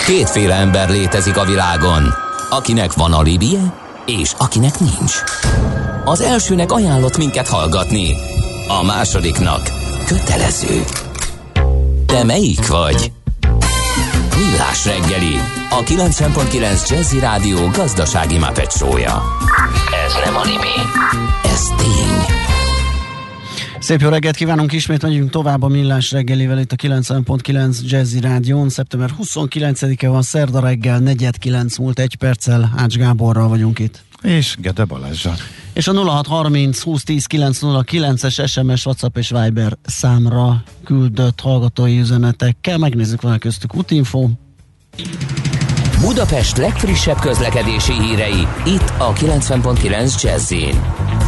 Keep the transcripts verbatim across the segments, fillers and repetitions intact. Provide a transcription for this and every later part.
Kétféle ember létezik a világon, akinek van alibije, és akinek nincs. Az elsőnek ajánlott minket hallgatni, a másodiknak kötelező. Te melyik vagy? Millás reggeli, a kilencven pont kilenc Jazzy Rádió gazdasági Muppet show-ja. Ez nem anime, ez tény. Szép jó reggelt kívánunk, ismét megyünk tovább a Millás reggelivel itt a kilencven pont kilenc Jazzy Rádión. Szeptember huszonkilencedike van, szerda reggel, negyed kilenc múlt egy perccel, Ács Gáborral vagyunk itt. És Gede Balázsral. És a nulla hat harminc húsz tíz kilenc nulla kilences es em es, WhatsApp és Viber számra küldött hallgatói üzenetekkel. Megnézzük, van köztük útinfo. Budapest legfrissebb közlekedési hírei, itt a kilencven pont kilenc Jazzyn.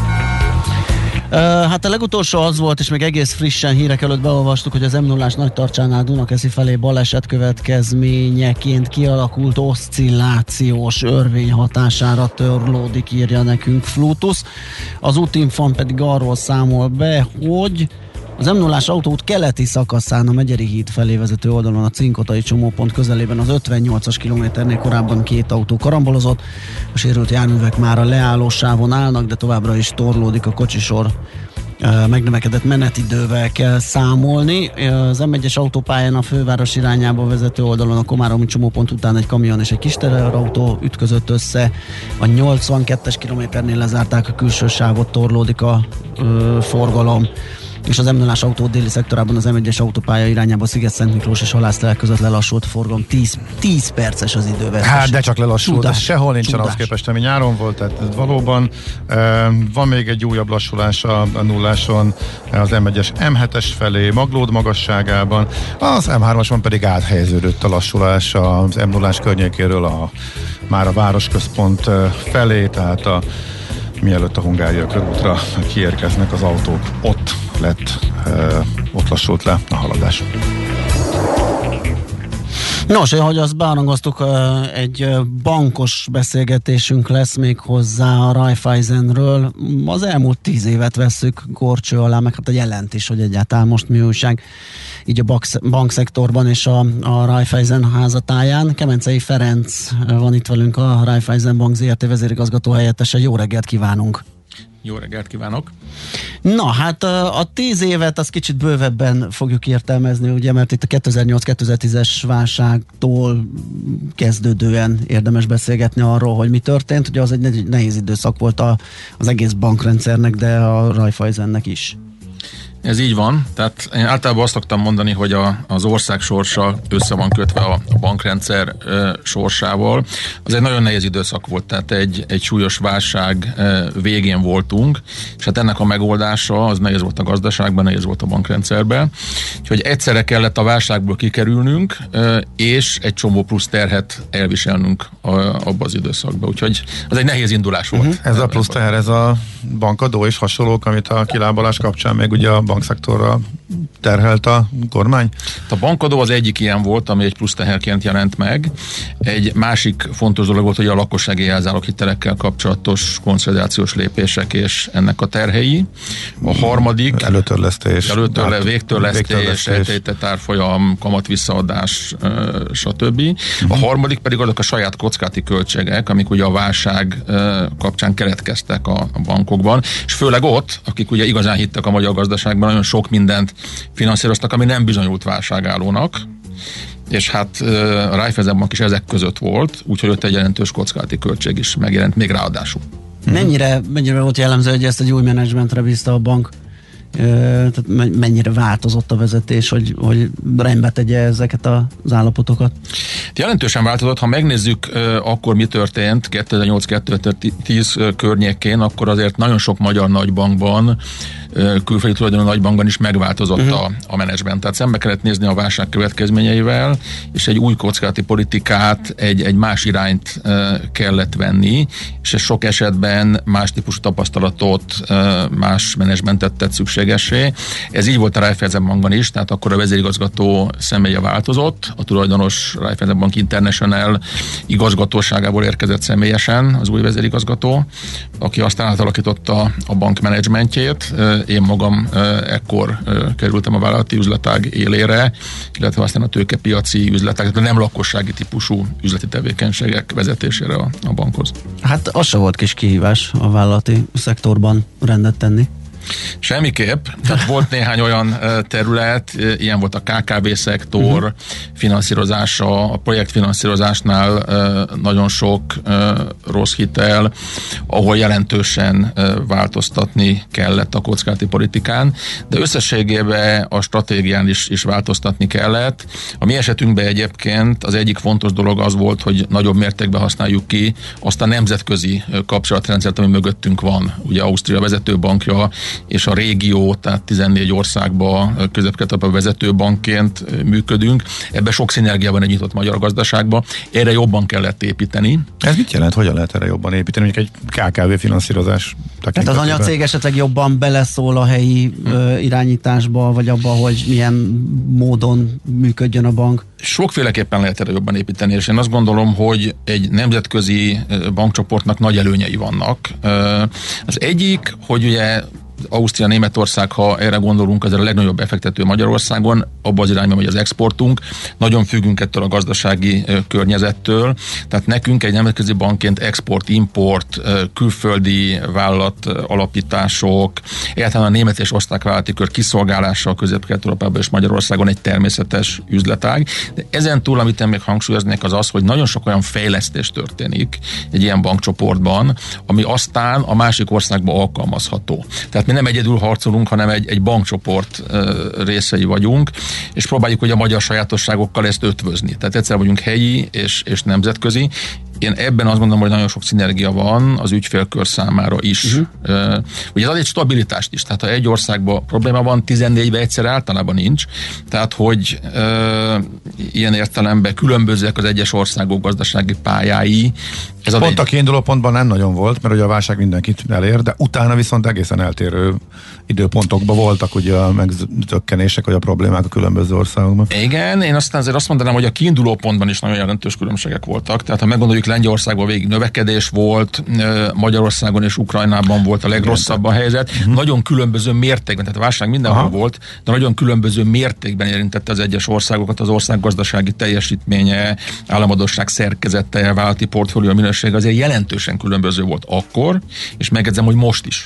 Uh, hát a legutolsó az volt, és még egész frissen hírek előtt beolvastuk, hogy az em nullás Nagytarcsánál Dunakeszi felé baleset következményeként kialakult oszcillációs örvény hatására torlódik, írja nekünk Flutus. Az útinfon pedig arról számol be, hogy az em nullás autóút keleti szakaszán a Megyeri híd felé vezető oldalon a Cinkotai csomópont közelében az ötvennyolcas kilométernél korábban két autó karambolozott. A sérült járművek már a leállósávon állnak, de továbbra is torlódik a kocsisor. Megnövekedett menetidővel kell számolni. Az em egyes autópályán a főváros irányába vezető oldalon a Komáromi csomópont után egy kamion és egy kis tererautó ütközött össze. A nyolcvankettes kilométernél lezárták a külső sávot, torlódik a ö, forgalom. És az em nullás autó déli szektorában az em egyes autópálya irányába Sziget-Szent Miklós és Halásztelek között lelassult forgalom. tíz perces az idővel. Hát de csak lelassult, ez sehol nincsen csodás. Ahhoz képest, ami nyáron volt, tehát ez valóban e, van még egy újabb lassulás a, a nulláson, az em egyes em hetes felé, Maglód magasságában, az em hármason pedig áthelyeződött a lassulás az em nullás környékéről a, már a városközpont felé, tehát a mielőtt a Hungária körútra kiérkeznek az autók, ott lett, e, ott lassult le a haladás. Nos, ahogy azt bearangoztuk, egy bankos beszélgetésünk lesz még hozzá a Raiffeisenről. Az elmúlt tíz évet vesszük górcső alá, meg hát a jelentés, hogy egyáltalán most mi újság így a bankszektorban és a, a Raiffeisen házatáján. Kemencei Ferenc van itt velünk, a Raiffeisen Bank zé er té vezérigazgató helyettese. Jó reggelt kívánunk! Jó reggelt kívánok! Na, hát a tíz évet az kicsit bővebben fogjuk értelmezni, ugye, mert itt a kétezer-nyolc kétezer-tízes válságtól kezdődően érdemes beszélgetni arról, hogy mi történt. Ugye az egy nehéz időszak volt a, az egész bankrendszernek, de a Raiffeisennek is. Ez így van, tehát én általában azt szoktam mondani, hogy a, az ország sorsa össze van kötve a, a bankrendszer e, sorsával. Az egy nagyon nehéz időszak volt, tehát egy, egy súlyos válság e, végén voltunk, és hát ennek a megoldása az nehéz volt a gazdaságban, nehéz volt a bankrendszerben. Úgyhogy egyszerre kellett a válságból kikerülnünk, e, és egy csomó plusz terhet elviselnünk a, abba az időszakba. Úgyhogy az egy nehéz indulás volt. Uh-huh. Ez a plusz teher, ez a bankadó és hasonlók, amit a kilábalás kapcsán még ugye a bankszektorra terhelt a kormány? A bankadó az egyik ilyen volt, ami egy plusz teherként jelent meg. Egy másik fontos dolog volt, hogy a lakossági jelzáloghitelekkel kapcsolatos konszolidációs lépések és ennek a terhei. A harmadik előtörlesztés, előtörle, végtörlesztés, eltétett árfolyam, kamat visszaadás, stb. A harmadik pedig azok a saját kockázati költségek, amik ugye a válság kapcsán keletkeztek a bankokban, és főleg ott, akik ugye igazán hittek a magyar gazdaságban, nagyon sok mindent finanszíroztak, ami nem bizonyult válságállónak, és hát a Raiffeisen Bank is ezek között volt, úgyhogy ott egy jelentős kockázati költség is megjelent, még ráadásul. Mennyire, mennyire volt jellemző, hogy ezt egy új menedzsmentre bízta a bank? Tehát mennyire változott a vezetés, hogy, hogy rendbe tegye ezeket az állapotokat? Jelentősen változott, ha megnézzük akkor mi történt kétezer-nyolc kétezer-tíz környékén, akkor azért nagyon sok magyar nagybankban, külföldi tulajdonú nagybankban is megváltozott uh-huh. a, a menedzsment. Tehát szembe kellett nézni a válság következményeivel, és egy új kockázati politikát, egy, egy más irányt kellett venni, és ez sok esetben más típusú tapasztalatot, más menedzsmentet tett szükség szükségessé. Ez így volt a Raiffeisenbankban is, tehát akkor a vezérigazgató személye változott, a tulajdonos Raiffeisenbank International igazgatóságából érkezett személyesen az új vezérigazgató, aki aztán átalakította a bank menedzsmentjét. Én magam ekkor kerültem a vállalati üzletág élére, illetve aztán a tőkepiaci üzletág, tehát nem lakossági típusú üzleti tevékenységek vezetésére a, a bankhoz. Hát az se volt kis kihívás a vállalati szektorban rendet tenni. Semmiképp. Tehát volt néhány olyan terület, ilyen volt a ká ká vé szektor uh-huh. finanszírozása, a projektfinanszírozásnál nagyon sok rossz hitel, ahol jelentősen változtatni kellett a kockázati politikán, de összességében a stratégián is, is változtatni kellett. A mi esetünkben egyébként az egyik fontos dolog az volt, hogy nagyobb mértékben használjuk ki azt a nemzetközi kapcsolatrendszert, ami mögöttünk van. Ugye Ausztria vezetőbankja és a régió, tehát tizennégy országban közép-kelet-európában vezetőbankként működünk. Ebben sok szinergia van egy nyitott magyar gazdaságban. Erre jobban kellett építeni. Ez mit jelent? Hogyan lehet erre jobban építeni? Mondjuk egy ká ká vé finanszírozás tekintetében. Tehát az anyacég esetleg jobban beleszól a helyi hmm. ö, irányításba, vagy abba, hogy milyen módon működjön a bank? Sokféleképpen lehet erre jobban építeni, és én azt gondolom, hogy egy nemzetközi bankcsoportnak nagy előnyei vannak. Az egyik, hogy ugye Ausztria, Németország, ha erre gondolunk, az a legnagyobb befektető Magyarországon, abban az irányban megy az exportunk. Nagyon függünk ettől a gazdasági környezettől, tehát nekünk egy nemzetközi bankként export, import, külföldi vállalat alapítások, egyáltalán a német és osztrák vállalati kör kiszolgálása a Közép-Kelet-Európában és Magyarországon egy természetes üzletág. De ezen túl, amit én még hangsúlyoznék, az az, hogy nagyon sok olyan fejlesztés történik egy ilyen bankcsoportban, ami aztán a másik országban alkalmazható. Tehát mi nem egyedül harcolunk, hanem egy, egy bankcsoport részei vagyunk, és próbáljuk hogy a magyar sajátosságokkal ezt ötvözni. Tehát egyszer vagyunk helyi és, és nemzetközi. Én ebben azt gondolom, hogy nagyon sok szinergia van az ügyfélkör számára is. Uh-huh. Uh, ugye ez ad egy stabilitást is, tehát ha egy országban probléma van, tizennégyben egyszer általában nincs. Tehát, hogy uh, ilyen értelemben különbözőek az egyes országok gazdasági pályái. Ez Pont egy... a kiinduló pontban nem nagyon volt, mert ugye a válság mindenkit elér, de utána viszont egészen eltérő időpontokban voltak ugye a megzökkenések, vagy a problémák a különböző országokban. Igen, én aztán azért azt mondanám, hogy a kiinduló pontban is nagyon jelentős különbségek voltak. Tehát ha meggondoljuk, Lengyelországban végig növekedés volt, Magyarországon és Ukrajnában volt a legrosszabb a helyzet. Uh-huh. Nagyon különböző mértékben, tehát a válság mindenhol Aha. volt, de nagyon különböző mértékben érintette az egyes országokat, az ország gazdasági teljesítménye, államadósság szerkezete, vállalati portfólió minősége azért jelentősen különböző volt akkor, és megjegyzem, hogy most is.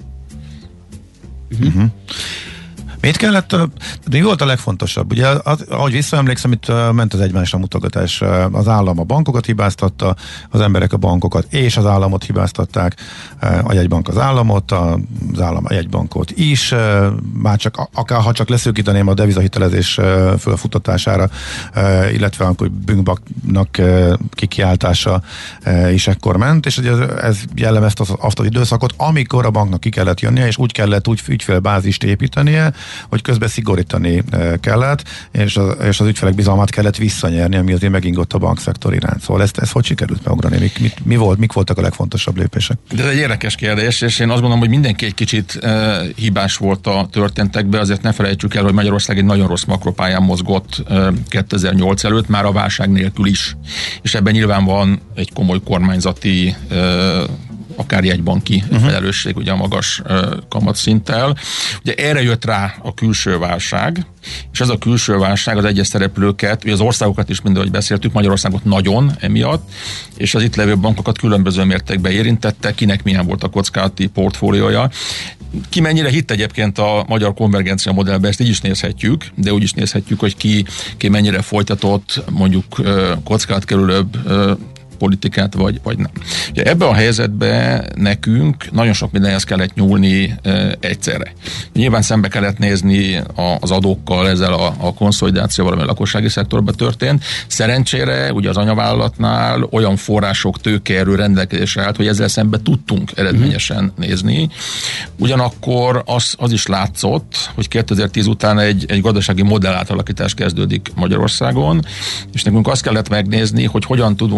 Uh-huh. Mit kellett, de mi volt a legfontosabb? Ugye, az, ahogy visszaemlékszem, itt ment az egymásra mutogatás. Az állam a bankokat hibáztatta, az emberek a bankokat és az államot hibáztatták, a jegybank az államot, az állam a jegybankot is, már csak, akár ha csak leszűkíteném a devizahitelezés fölfutatására, illetve amikor Bünkbanknak kikiáltása is ekkor ment, és ez, ez jellemezte azt, azt az időszakot, amikor a banknak ki kellett jönnie, és úgy kellett úgy ügyfélbázist építenie, hogy közben szigorítani kellett, és az, és az ügyfelek bizalmát kellett visszanyerni, ami azért megingott a bankszektor iránt. Szóval ezt, ezt hogy sikerült megugrani? Mi, mi, mi volt, mik voltak a legfontosabb lépések? De ez egy érdekes kérdés, és én azt gondolom, hogy mindenki egy kicsit uh, hibás volt a történtekben, azért ne felejtsük el, hogy Magyarország egy nagyon rossz makropályán mozgott uh, kétezer-nyolc előtt, már a válság nélkül is. És ebben nyilván van egy komoly kormányzati uh, akár jegybanki uh-huh. felelősség, ugye a magas uh, kamatszinttel. Ugye erre jött rá a külső válság, és ez a külső válság az egyes szereplőket, ugye az országokat is mindegy beszéltük, Magyarországot nagyon emiatt, és az itt levő bankokat különböző mértékben érintette, kinek milyen volt a kockázati portfóliója. Ki mennyire hitt egyébként a magyar konvergencia modellbe, ezt így is nézhetjük, de úgy is nézhetjük, hogy ki, ki mennyire folytatott mondjuk uh, kockázatkerülőbb uh, politikát, vagy, vagy nem. Ugye ebben a helyzetben nekünk nagyon sok mindenhez kellett nyúlni e, egyszerre. Nyilván szembe kellett nézni a, az adókkal, ezzel a, a konszolidációval, ami a lakossági szektorban történt. Szerencsére ugye az anyavállalatnál olyan források, tőkeerő rendelkezésre állt, hogy ezzel szembe tudtunk eredményesen uh-huh. nézni. Ugyanakkor az, az is látszott, hogy kétezer-tíz után egy, egy gazdasági modell átalakítás kezdődik Magyarországon, és nekünk azt kellett megnézni, hogy hogyan tudunk ebben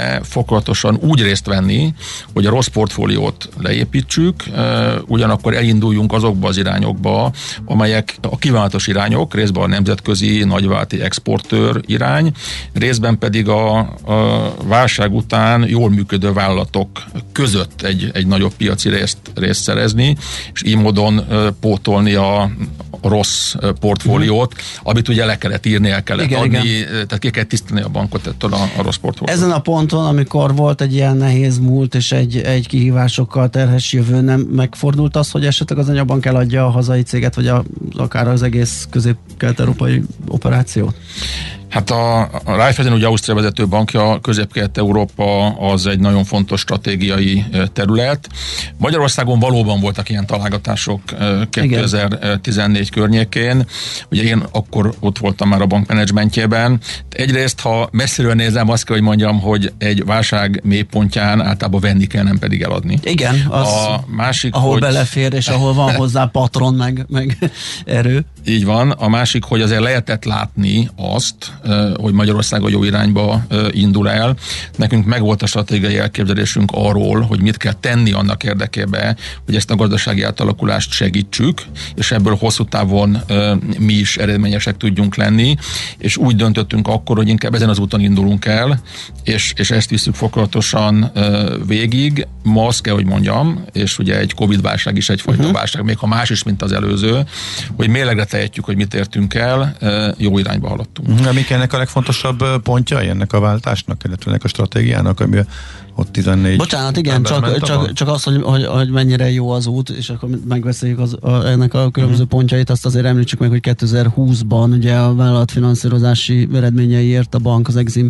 ebbe fokozatosan úgy részt venni, hogy a rossz portfóliót leépítsük, ugyanakkor elinduljunk azokba az irányokba, amelyek a kívánatos irányok, részben a nemzetközi nagyvállalati exportőr irány, részben pedig a, a válság után jól működő vállalatok között egy, egy nagyobb piaci részt, részt szerezni, és így módon pótolni a, a rossz portfóliót, amit ugye le kellett írni, el kellett igen, adni, igen. Tehát ki kell tisztítani a bankot ettől a, a rossz portfóliót. Ezen a ponton, amikor volt egy ilyen nehéz múlt és egy, egy kihívásokkal terhes jövő, nem megfordult az, hogy esetleg az anyabank eladja a hazai céget, vagy a, akár az egész közép-kelet-európai operációt? Hát a, a Raiffeisen, ugye Ausztria vezető bankja, Közép-Kelet-Európa az egy nagyon fontos stratégiai terület. Magyarországon valóban voltak ilyen találgatások kétezer-tizennégy környékén. Ugye én akkor ott voltam már a bank menedzsmentjében. Egyrészt, ha messziről nézem, azt kell, hogy mondjam, hogy egy válság mélypontján általában venni kell, nem pedig eladni. Igen, az, a másik, ahol hogy... belefér, és ahol van hozzá patron, meg, meg erő. Így van. A másik, hogy azért lehetett látni azt, hogy Magyarország a jó irányba indul el. Nekünk megvolt a stratégiai elképzelésünk arról, hogy mit kell tenni annak érdekében, hogy ezt a gazdasági átalakulást segítsük, és ebből hosszú távon mi is eredményesek tudjunk lenni, és úgy döntöttünk akkor, hogy inkább ezen az úton indulunk el, és, és ezt visszük fokozatosan végig. Ma azt kell, hogy mondjam, és ugye egy Covid-válság is egyfajta uh-huh. válság, még ha más is, mint az előző, hogy mérlegre tehetjük, hogy mit értünk el, jó irányba haladtunk. Uh-huh. Mik ennek a legfontosabb pontjai ennek a váltásnak, illetve ennek a stratégiának, ami ott tizennégy... Bocsánat, igen, csak, csak, csak az, hogy, hogy, hogy mennyire jó az út, és akkor megbeszéljük az, a, ennek a különböző uh-huh. pontjait, azt azért említsük meg, hogy kétezer-húszban ugye a vállalatfinanszírozási eredményeiért a bank, az Exim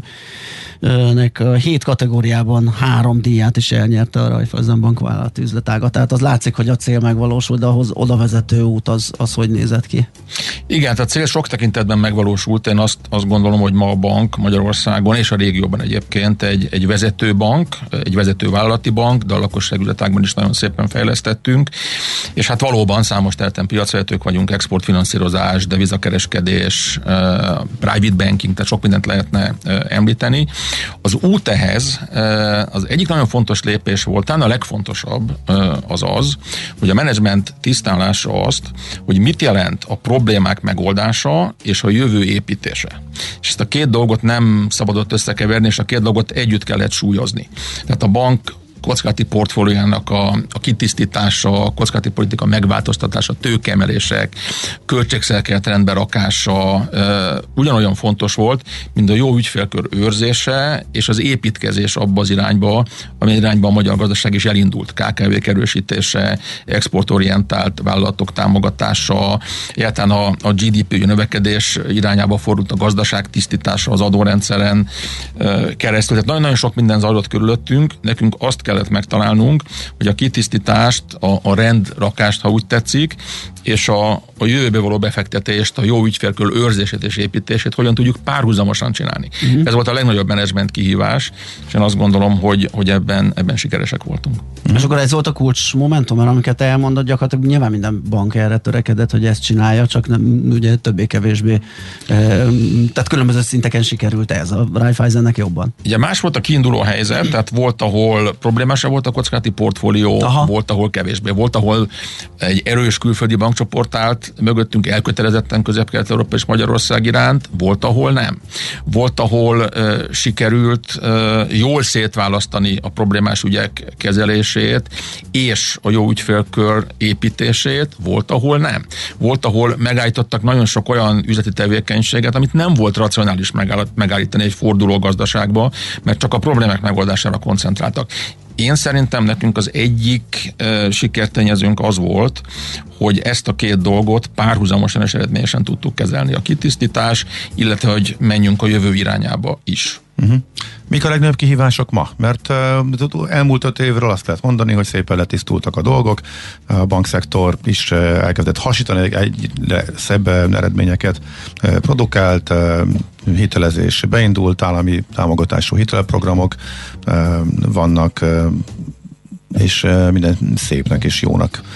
nek hét kategóriában három díját is elnyerte a Raiffeisen Bank vállalati üzletága. Tehát az látszik, hogy a cél megvalósult, de ahhoz oda vezető út az, az hogy nézett ki? Igen, tehát cél sok tekintetben megvalósult. Én azt, azt gondolom, hogy ma a bank Magyarországon és a régióban egyébként egy, egy vezető bank, egy vezető vállalati bank, de a lakosság üzletágban is nagyon szépen fejlesztettünk, és hát valóban számos területen piacvezetők vagyunk, exportfinanszírozás, devizakereskedés, private banking, tehát sok mindent lehetne említeni. Az út ehhez az egyik nagyon fontos lépés volt, talán a legfontosabb az az, hogy a menedzsment tisztálása azt, hogy mit jelent a problémák megoldása és a jövő építése. És ezt a két dolgot nem szabadott összekeverni, és a két dolgot együtt kellett súlyozni. Tehát a bank kockázati portfóliójának a, a kitisztítása, a kockázati politika megváltoztatása, tőkeemelések, költségszerkezet rendbe rakása e, ugyanolyan fontos volt, mint a jó ügyfélkör őrzése és az építkezés abba az irányba, amely irányba a magyar gazdaság is elindult. ká ká vé-k erősítése, exportorientált vállalatok támogatása, egyáltalán a, a gé dé pé növekedés irányába fordult a gazdaság tisztítása az adórendszeren e, keresztül. Tehát nagyon-nagyon sok minden zajlott körülöttünk, nekünk azt kell kellett megtalálnunk, hogy a kitisztítást, a, a rendrakást, ha úgy tetszik, és a, a jövőbe való befektetést, a jó ügyfélkör őrzését és építését hogyan tudjuk párhuzamosan csinálni. Uh-huh. Ez volt a legnagyobb menedzsment kihívás, és én azt gondolom, hogy, hogy ebben, ebben sikeresek voltunk. Uh-huh. És akkor ez volt a kulcs momentum, mert amiket elmondott, gyakorlatilag nyilván minden bank erre törekedett, hogy ezt csinálja, csak nem, ugye többé-kevésbé, e, tehát különböző szinteken sikerült ez, a Raiffeisennek jobban. Ugye más volt a kiinduló helyzet, tehát volt, ahol problémása volt a kockázati portfólió, Aha. volt, ahol kevésbé, volt, ahol egy erős külföldi bankcsoport állt mögöttünk elkötelezetten Közép-Kelet-Európa és Magyarország iránt, volt, ahol nem. Volt, ahol uh, sikerült uh, jól szétválasztani a problémás ügyek kezelését és a jó ügyfélkör építését, volt, ahol nem. Volt, ahol megállítottak nagyon sok olyan üzleti tevékenységet, amit nem volt racionális megállítani egy forduló gazdaságba, mert csak a problémák megoldására koncentráltak. Én szerintem nekünk az egyik uh, sikertényezőnk az volt, hogy ezt a két dolgot párhuzamosan és eredményesen tudtuk kezelni. A kitisztítás, illetve hogy menjünk a jövő irányába is. Uh-huh. Mik a legnagyobb kihívások ma? Mert uh, elmúlt öt évről azt lehet mondani, hogy szépen letisztultak a dolgok, a bankszektor is uh, elkezdett hasítani, egyre szebb eredményeket uh, produkált, uh, hitelezés beindult, állami támogatású hitelprogramok uh, vannak, uh, és uh, minden szépnek és jónak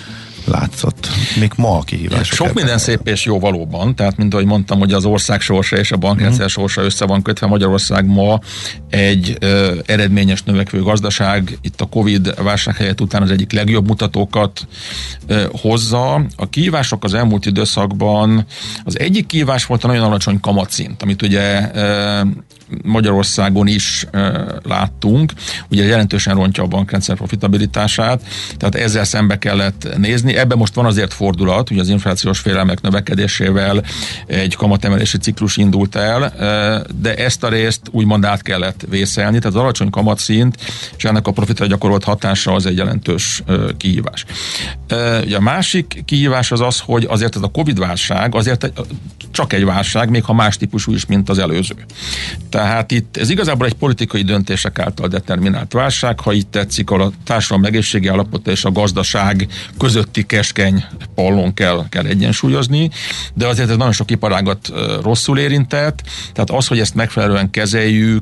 látszott. Mik ma a kihívások? Sok minden ebben? szép és jó valóban, tehát mint ahogy mondtam, hogy az ország sorsa és a bankrendszer mm. sorsa össze van kötve. Magyarország ma egy ö, eredményes növekvő gazdaság, itt a Covid válság helyett után az egyik legjobb mutatókat ö, hozza. A kihívások az elmúlt időszakban, az egyik kihívás volt a nagyon alacsony kamatszint, amit ugye ö, Magyarországon is ö, láttunk, ugye jelentősen rontja a bankrendszer profitabilitását, tehát ezzel szembe kellett nézni. Ebben most van azért fordulat, ugye az inflációs félelmek növekedésével egy kamatemelési ciklus indult el, ö, de ezt a részt úgymond át kellett vészelni, tehát az alacsony kamatszint és ennek a profitra gyakorolt hatása az egy jelentős ö, kihívás. Ö, ugye a másik kihívás az az, hogy azért ez a Covid-válság azért egy, csak egy válság, még ha más típusú is, mint az előző. Tehát itt ez igazából egy politikai döntések által determinált válság, ha így tetszik, a társadalom egészségi állapota és a gazdaság közötti keskeny pallon kell, kell egyensúlyozni, de azért ez nagyon sok iparágat rosszul érintett, tehát az, hogy ezt megfelelően kezeljük,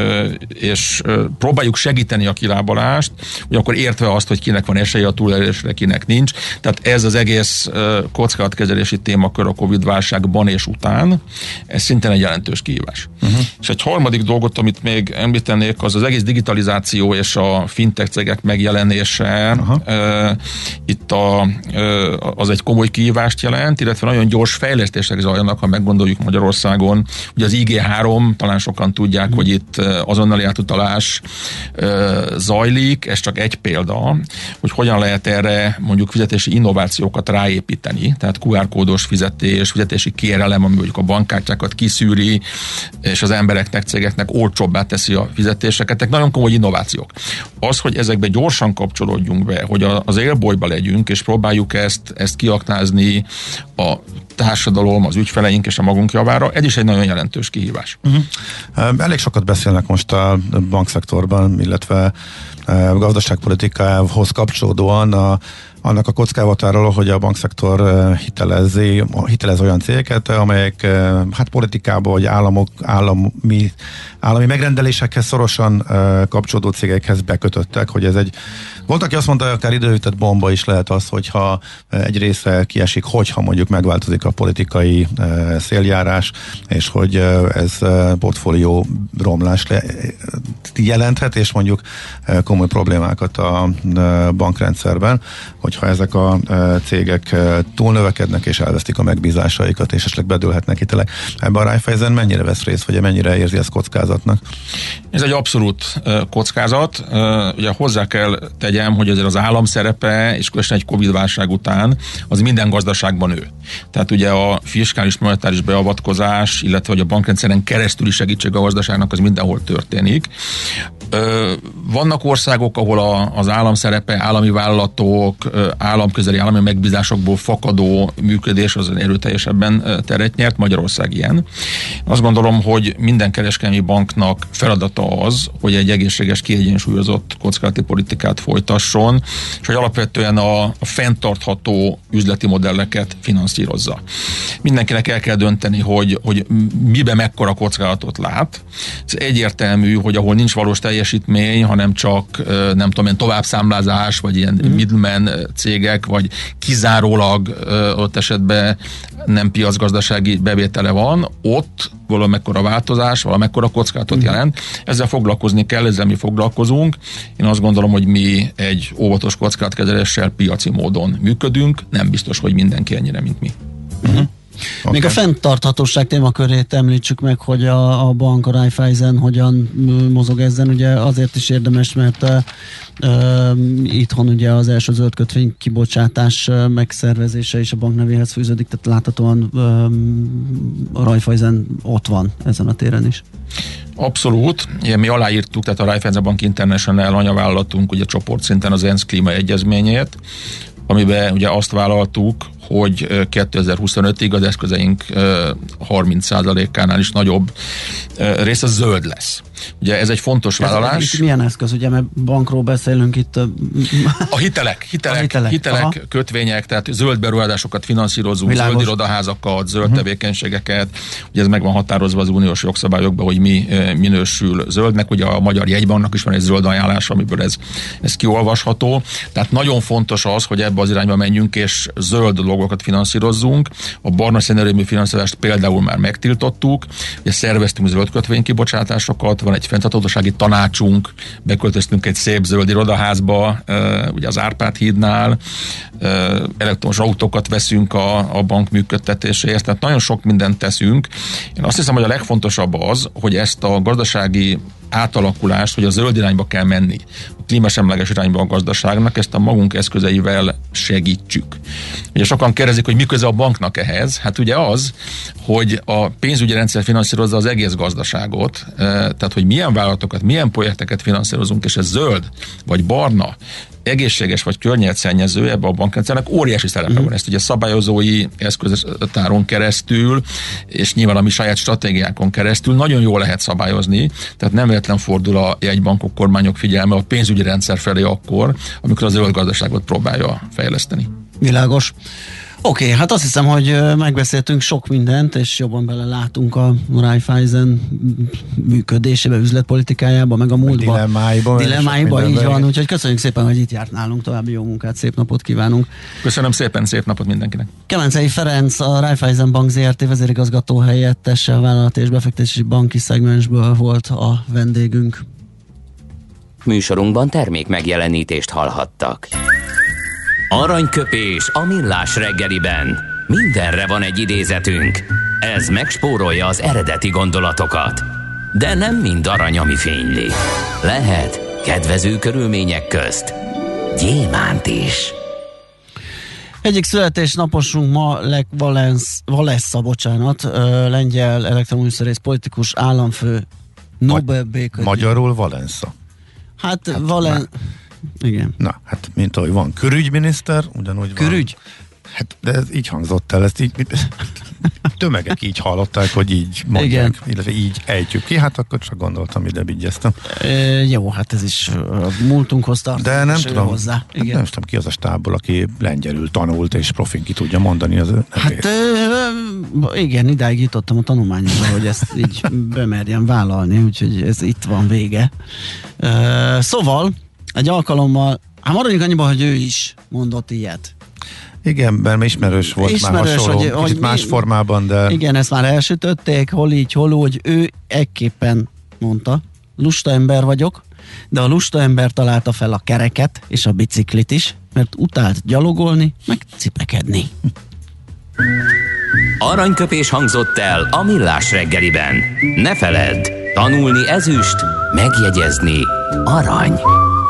és próbáljuk segíteni a kilábalást, ugyanakkor értve azt, hogy kinek van esélye a túlélésre, kinek nincs. Tehát ez az egész kockázatkezelési témakör a Covid-válságban és után, ez szintén egy jelentős kihívás. Uh-huh. És egy harmadik dolgot, amit még említenék, az az egész digitalizáció és a fintech cégek megjelenése. Uh, itt a, az egy komoly kihívást jelent, illetve nagyon gyors fejlesztések zajlanak, ha meggondoljuk Magyarországon. Ugye az I G három, talán sokan tudják, uh-huh. hogy itt azonnali átutalás uh, zajlik, ez csak egy példa, hogy hogyan lehet erre mondjuk fizetési innovációkat ráépíteni, tehát Q R kódos fizetés, fizetési kérelem, ami mondjuk a bankkártyákat kiszűri, és az embereknek, cégeknek olcsóbbá teszi a fizetéseket. Tehát nagyon komoly innovációk. Az, hogy ezekbe gyorsan kapcsolódjunk be, hogy az élbolyba legyünk, és próbáljuk ezt, ezt kiaknázni a társadalom, az ügyfeleink és a magunk javára, ez is egy nagyon jelentős kihívás. Uh-huh. Elég sokat beszélnek most a bankszektorban, illetve gazdaságpolitikához kapcsolódóan a annak a kockázatáról, hogy a bankszektor hitelezi, hitelez olyan cégeket, amelyek hát politikában vagy államok, állami, állami megrendelésekhez szorosan kapcsolódó cégekhez bekötöttek, hogy ez egy, volt, aki azt mondta, hogy akár időütött bomba is lehet az, hogyha egy része kiesik, hogyha mondjuk megváltozik a politikai széljárás, és hogy ez portfólió romlás jelenthet, és mondjuk komoly problémákat a bankrendszerben, hogyha ezek a cégek túlnövekednek és elvesztik a megbízásaikat, és esetleg bedőlhetnek hitelek. Ebben a Raiffeisen mennyire vesz részt, vagy mennyire érzi ezt kockázatnak? Ez egy abszolút kockázat. Ugye hozzá kell tegyem, hogy azért az állam szerepe, és különösen egy Covid-válság után, az minden gazdaságban nő. Tehát ugye a fiskális monetáris beavatkozás, illetve hogy a bankrendszeren keresztüli segítség a gazdaságnak, az mindenhol történik. Vannak országok, ahol a, az állam szerepe, állami vállalatok, államközeli állami megbízásokból fakadó működés az erőteljesebben teret nyert, Magyarország ilyen. Azt gondolom, hogy minden kereskedelmi banknak feladata az, hogy egy egészséges, kiegyensúlyozott kockázati politikát folytasson, és hogy alapvetően a, a fenntartható üzleti modelleket finanszírozza. Mindenkinek el kell dönteni, hogy, hogy miben mekkora kockázatot lát. Ez egyértelmű, hogy ahol nincs valós teljesítmény, hanem csak nem tudom én, továbbszámlázás, vagy ilyen mm. middleman cégek, vagy kizárólag ott esetben nem piacgazdasági bevétele van, ott valamekkora változás, valamekkora kockázatot mm. jelent. Ezzel foglalkozni kell, ezzel mi foglalkozunk. Én azt gondolom, hogy mi egy óvatos kockázatkezeléssel piaci módon működünk, nem biztos, hogy mindenki ennyire, mint mi. Mm-hmm. Okay. Még a fenntarthatóság témakörét említsük meg, hogy a, a bank, a Raiffeisen hogyan mozog ezen. Ugye azért is érdemes, mert uh, uh, itthon ugye az első zöld kötvény kibocsátás uh, megszervezése is a bank nevéhez fűződik, tehát láthatóan uh, a Raiffeisen ott van ezen a téren is. Abszolút. Igen, mi aláírtuk, tehát a Raiffeisen Bank International anyavállalatunk ugye csoportszinten az ENSZ klímaegyezményét, amiben ugye azt vállaltuk, hogy kétezer-huszonötig az eszközeink harminc százalékánál is nagyobb része zöld lesz. Ugye ez egy fontos vállalás. Ez, ez milyen eszköz, ugye, mert bankról beszélünk itt. A hitelek, hitelek, a hitelek, hitelek kötvények, tehát zöld beruházásokat finanszírozunk, Világos. zöld irodaházakat, zöld uh-huh. tevékenységeket. Ugye ez meg van határozva az uniós jogszabályokban, hogy mi e, minősül zöldnek. Ugye a Magyar Jegybanknak is van egy zöld ajánlás, amiből ez, ez kiolvasható. Tehát nagyon fontos az, hogy ebbe az irányba menjünk, és zöld dolgokat finanszírozzunk. A barna szénerőmű finanszírozást például már megtiltottuk. Ugye szerveztünk zöld kötvénykibocsátásokat, van egy fenntarthatósági tanácsunk, beköltöztünk egy szép zöld irodaházba, ugye az Árpád hídnál, elektromos autókat veszünk a, a bank működtetéséért, tehát nagyon sok mindent teszünk. Én azt hiszem, hogy a legfontosabb az, hogy ezt a gazdasági átalakulást, hogy a zöld irányba kell menni, a klímasemleges irányba a gazdaságnak, ezt a magunk eszközeivel segítsük. Ugye sokan kérdezik, hogy mi köze a banknak ehhez? Hát ugye az, hogy a pénzügyi rendszer finanszírozza az egész gazdaságot, tehát hogy milyen vállalatokat, milyen projekteket finanszírozunk, és ez zöld, vagy barna, egészséges vagy környezetszennyező, ebbe a bankrendszernek óriási szerepe uh-huh. van. Ezt ugye szabályozói eszköztáron keresztül, és nyilván a mi saját stratégiákon keresztül nagyon jól lehet szabályozni, tehát nem véletlen fordul a jegybankok, kormányok figyelme a pénzügyi rendszer felé akkor, amikor az zöld gazdaságot próbálja fejleszteni. Világos. Oké, okay, hát azt hiszem, hogy megbeszéltünk sok mindent, és jobban belelátunk a Raiffeisen működésébe, üzletpolitikájába, meg a múltba. Dilemmáiba. Dilemmáiba, így van. Úgyhogy köszönjük szépen, hogy itt járt nálunk. További jó munkát, szép napot kívánunk. Köszönöm szépen, szép napot mindenkinek. Kemencei Ferenc, a Raiffeisen Bank zé er té vezérigazgató helyettese, a vállalati és befektetési banki szegmensből volt a vendégünk. Műsorunkban termék megjelenítést hallhattak. Aranyköpés a millás reggeliben. Mindenre van egy idézetünk. Ez megspórolja az eredeti gondolatokat. De nem mind arany, ami fényli. Lehet kedvező körülmények közt gyémánt is. Egyik születésnaposunk ma Lech Walesa, Walesa, bocsánat, lengyel elektroműszerész, politikus, államfő, Nobel békedíj. Magyarul Walesa. Hát, hát Valen... Igen. Na, hát mint ahogy van körügyminiszter, ugyanúgy Körügy? van. Hát, de ez így hangzott el, ezt így, tömegek így hallották, hogy így mondják, igen. Illetve így ejtjük ki, hát akkor csak gondoltam, ide vigyeztem. E, jó, hát ez is a múltunkhoz tartozik. De nem tudom, hozzá. Hát nem tudom ki az a stábból, aki lengyelül tanult, és profin ki tudja mondani az ő Hát e, igen, idáig jutottam a tanulmányokba, hogy ezt így bemerjem vállalni, úgyhogy ez itt van vége. E, szóval, egy alkalommal, hát maradjunk annyiban, hogy ő is mondott ilyet. Igen, mert ismerős volt ismerős, már hasonló, hogy, kicsit hogy más mi, formában, de... Igen, ezt már elsütötték, hol így, hol úgy. Ő ekképpen mondta, lusta ember vagyok, de a lusta ember találta fel a kereket és a biciklit is, mert utált gyalogolni, meg cipekedni. Aranyköpés hangzott el a millás reggeliben. Ne feledd, tanulni ezüst, megjegyezni arany.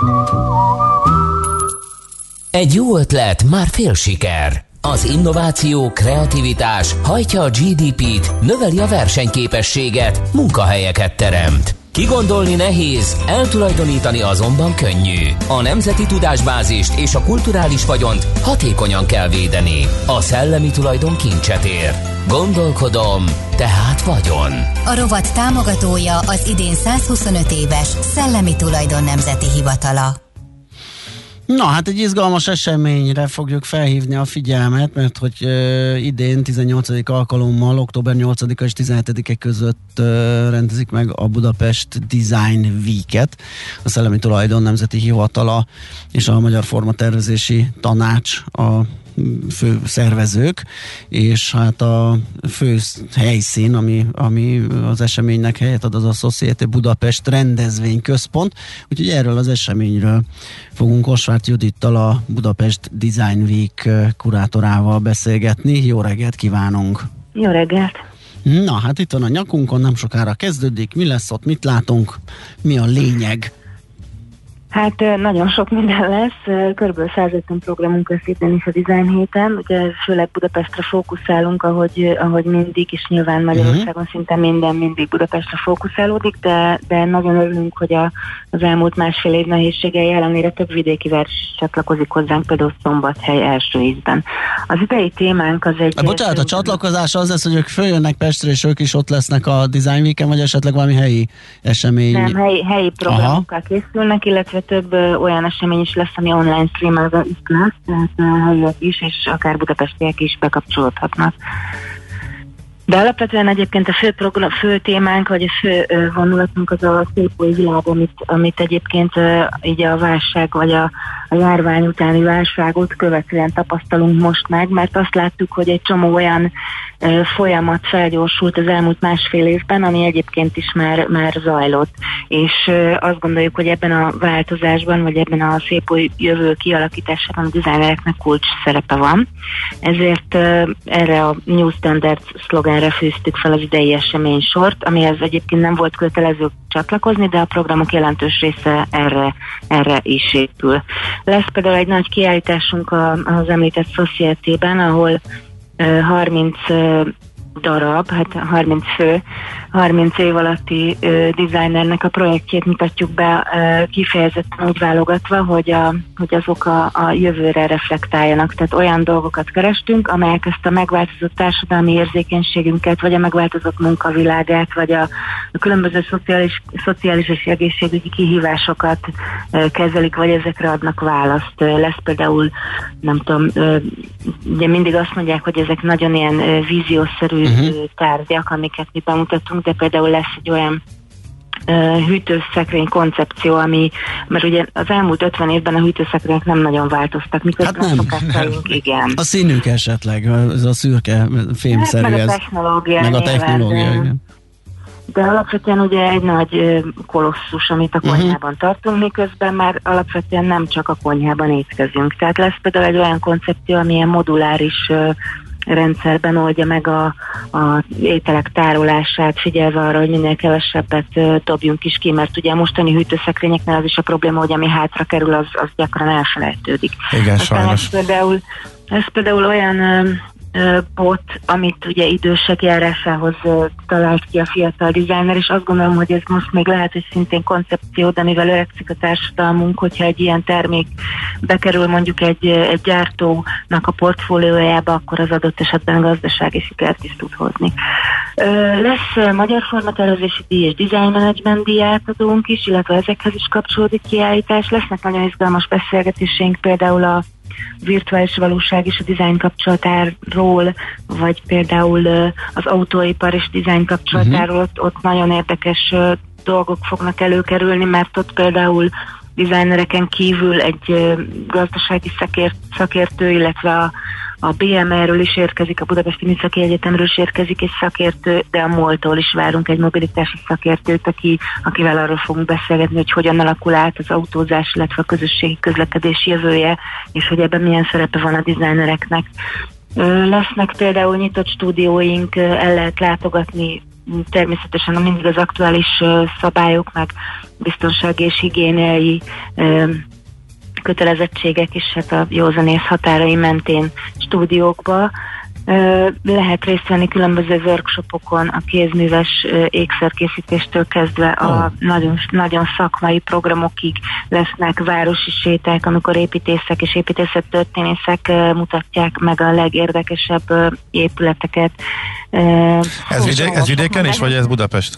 Egy jó ötlet, már fél siker. Az innováció, kreativitás hajtja a gé dé pét, növeli a versenyképességet, munkahelyeket teremt. Kigondolni nehéz, eltulajdonítani azonban könnyű. A nemzeti tudásbázist és a kulturális vagyont hatékonyan kell védeni. A szellemi tulajdon kincset ér. Gondolkodom, tehát vagyon. A rovat támogatója az idén százhuszonöt éves Szellemi Tulajdon Nemzeti Hivatala. Na, hát egy izgalmas eseményre fogjuk felhívni a figyelmet, mert hogy uh, idén tizennyolcadik alkalommal, október nyolcadika és tizenhetedike között uh, rendezik meg a Budapest Design Week-et. A Szellemi Tulajdon Nemzeti Hivatala és a Magyar Formatervezési Tanács a fő szervezők, és hát a fő helyszín, ami, ami az eseménynek helyet ad, az a Société Budapest rendezvényközpont, úgyhogy erről az eseményről fogunk Osváth Judittal, a Budapest Design Week kurátorával beszélgetni. Jó reggelt kívánunk! Jó reggelt! Na, hát itt van a nyakunkon, nem sokára kezdődik. Mi lesz ott, mit látunk, mi a lényeg? Hát nagyon sok minden lesz, körülbelül százötven programunk lesz idén is a Design héten, ugye főleg Budapestre fókuszálunk, ahogy, ahogy mindig, és nyilván Magyarországon uh-huh. szinte minden mindig Budapestre fókuszálódik, de, de nagyon örülünk, hogy a, az elmúlt másfél év nehézségei ellenére több vidéki város csatlakozik hozzánk, például Szombathely első ízben. Az idei témánk az egy... A bocsánat, a csatlakozás az lesz, hogy ők följönnek Pestre, és ők is ott lesznek a Design Week-en, vagy esetleg valami helyi esemény? Nem, helyi, helyi programokkal készülnek, illetve több ö, olyan esemény is lesz, ami online streamelve is lesz, tehát helyiek is, és akár budapestiek is bekapcsolódhatnak. De alapvetően egyébként a fő, program, fő témánk, vagy a fő ö, vonulatunk az a szép új világ, amit, amit egyébként ö, így a válság, vagy a, a járvány utáni válságot követően tapasztalunk most meg, mert azt láttuk, hogy egy csomó olyan ö, folyamat felgyorsult az elmúlt másfél évben, ami egyébként is már, már zajlott. És ö, azt gondoljuk, hogy ebben a változásban, vagy ebben a szép új jövő kialakításában a designereknek kulcs szerepe van. Ezért ö, erre a New Standards szlogenre fűztük fel az idei eseménysort, amihez egyébként nem volt kötelező csatlakozni, de a programok jelentős része erre, erre is épül. Lesz például egy nagy kiállításunk az említett Society-ben, ahol harminc darab, hát harminc fő, harminc év alatti uh, designernek a projektjét mutatjuk be uh, kifejezetten úgy válogatva, hogy, a, hogy azok a, a jövőre reflektáljanak. Tehát olyan dolgokat kerestünk, amelyek ezt a megváltozott társadalmi érzékenységünket, vagy a megváltozott munkavilágát, vagy a, a különböző szociális, szociális és egészségügyi kihívásokat uh, kezelik, vagy ezekre adnak választ. Uh, lesz például, nem tudom, uh, ugye mindig azt mondják, hogy ezek nagyon ilyen uh, víziószerű uh-huh. tárgyak, amiket mi bemutatunk, de például lesz egy olyan uh, hűtőszekrény koncepció, ami, mert ugye az elmúlt ötven évben a hűtőszekrények nem nagyon változtak, miközben hát szokásaink, igen. A színük esetleg, ez a szürke fémszerű. Hát meg a technológia. Meg a technológia, de, de alapvetően ugye egy nagy kolosszus, amit a konyhában uh-huh. tartunk, miközben már alapvetően nem csak a konyhában étkezünk. Tehát lesz például egy olyan koncepció, ami ilyen moduláris uh, rendszerben oldja meg a, a ételek tárolását, figyelve arra, hogy minél kevesebbet uh, dobjunk is ki, mert ugye a mostani hűtőszekrényeknél az is a probléma, hogy ami hátra kerül, az, az gyakran elfelejtődik. Igen, aztán sajnos. Ez például, ez például olyan uh, bot, amit ugye idősek járásához uh, talált ki a fiatal designer, és azt gondolom, hogy ez most még lehet, hogy szintén koncepció, de mivel öregszik a társadalmunk, hogyha egy ilyen termék bekerül mondjuk egy, egy gyártónak a portfóliójába, akkor az adott esetben gazdasági sikert is tud hozni. Uh, lesz magyar formatervezési díj és design management díj átadónk is, illetve ezekhez is kapcsolódik kiállítás. Lesznek nagyon izgalmas beszélgetéseink, például a virtuális valóság és a design kapcsolatáról, vagy például az autóipar és design kapcsolatáról, uh-huh. ott, ott nagyon érdekes dolgok fognak előkerülni, mert ott például designereken kívül egy gazdasági szakért, szakértő, illetve a, a bé em er-ről is érkezik, a Budapesti Műszaki Egyetemről is érkezik egy szakértő, de a MOL-tól is várunk egy mobilitási szakértőt, aki, akivel arról fogunk beszélgetni, hogy hogyan alakul át az autózás, illetve a közösségi közlekedés jövője, és hogy ebben milyen szerepe van a designereknek. Lesznek például nyitott stúdióink, el lehet látogatni, természetesen mindig az aktuális szabályok, meg biztonsági és higiéniai kötelezettségek is, hát a józanész határai mentén stúdiókba. Lehet részt venni különböző workshopokon, a kézműves ékszerkészítéstől kezdve a oh. nagyon, nagyon szakmai programokig lesznek városi séták, amikor építészek és építészettörténészek mutatják meg a legérdekesebb épületeket. Ez, vidé- ez vidéken is, vagy ez Budapest?